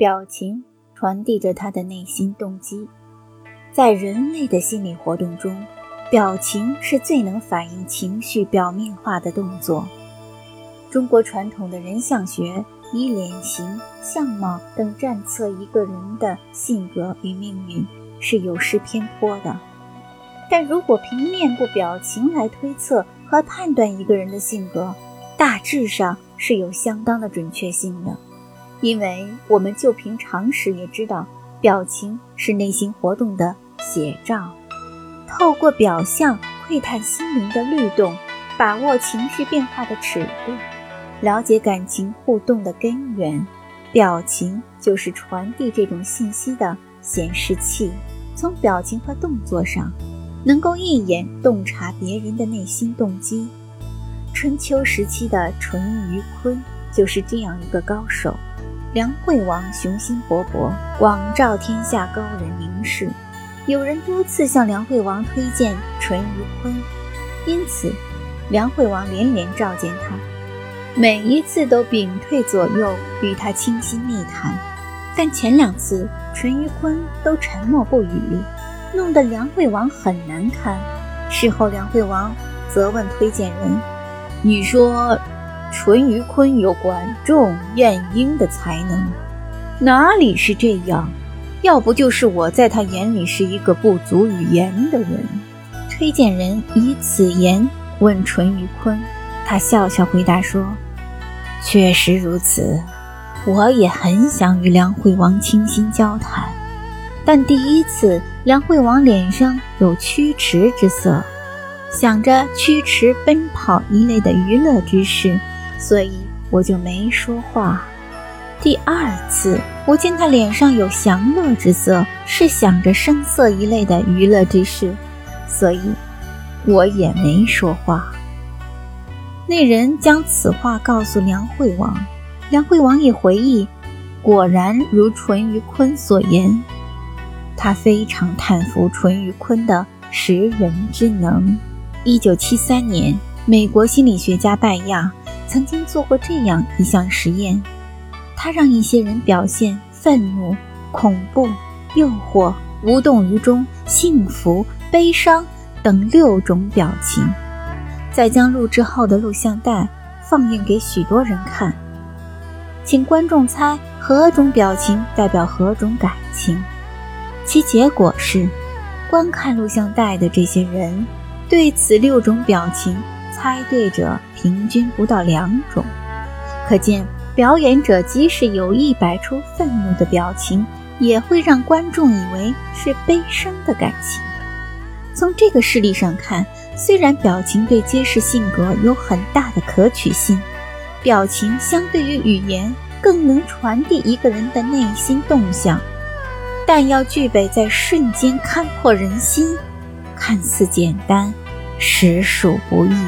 表情传递着他的内心动机。在人类的心理活动中，表情是最能反映情绪表面化的动作。中国传统的人相学以脸型、相貌等占测一个人的性格与命运，是有失偏颇的。但如果凭面部表情来推测和判断一个人的性格，大致上是有相当的准确性的。因为我们就凭常识也知道，表情是内心活动的写照。透过表象窥探心灵的律动，把握情绪变化的尺度，了解感情互动的根源，表情就是传递这种信息的显示器。从表情和动作上，能够一眼洞察别人的内心动机。春秋时期的淳于髡就是这样一个高手。梁惠王雄心勃勃，广召天下高人名士，有人多次向梁惠王推荐淳于髡，因此梁惠王连连召见他，每一次都屏退左右与他倾心密谈。但前2次淳于髡都沉默不语，弄得梁惠王很难堪。事后梁惠王责问推荐人，你说淳于髡有管仲、晏婴的才能，哪里是这样？要不就是我在他眼里是一个不足语言的人。推荐人以此言问淳于髡，他笑笑回答说，确实如此，我也很想与梁惠王倾心交谈，但第一次梁惠王脸上有驱驰之色，想着驱驰、奔跑一类的娱乐之事，所以我就没说话。第2次我见他脸上有享乐之色，是想着声色一类的娱乐之事，所以我也没说话。那人将此话告诉梁惠王，梁惠王也回忆，果然如淳于髡所言。他非常叹服淳于髡的识人之能。1973年，美国心理学家拜亚曾经做过这样一项实验，他让一些人表现愤怒、恐怖、诱惑、无动于衷、幸福、悲伤等6种表情，再将录制后的录像带放映给许多人看，请观众猜何种表情代表何种感情。其结果是，观看录像带的这些人对此6种表情猜对者平均不到2种，可见表演者即使有意摆出愤怒的表情，也会让观众以为是悲伤的感情。从这个事例上看，虽然表情对揭示性格有很大的可取性，表情相对于语言更能传递一个人的内心动向，但要具备在瞬间看破人心，看似简单，实属不易。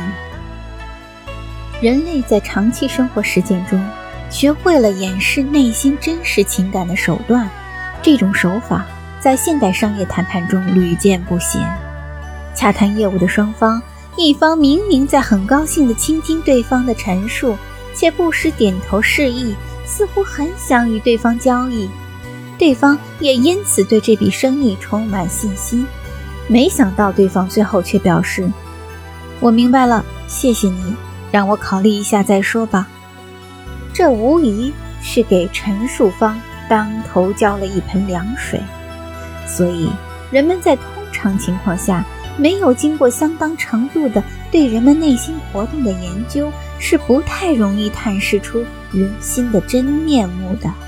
人类在长期生活实践中学会了掩饰内心真实情感的手段，这种手法在现代商业谈判中屡见不鲜。洽谈业务的双方，一方明明在很高兴地倾听对方的陈述，且不时点头示意，似乎很想与对方交易，对方也因此对这笔生意充满信心。没想到对方最后却表示，我明白了，谢谢你，让我考虑一下再说吧。这无疑是给陈述方当头浇了一盆凉水。所以人们在通常情况下，没有经过相当程度的对人们内心活动的研究，是不太容易探视出人心的真面目的。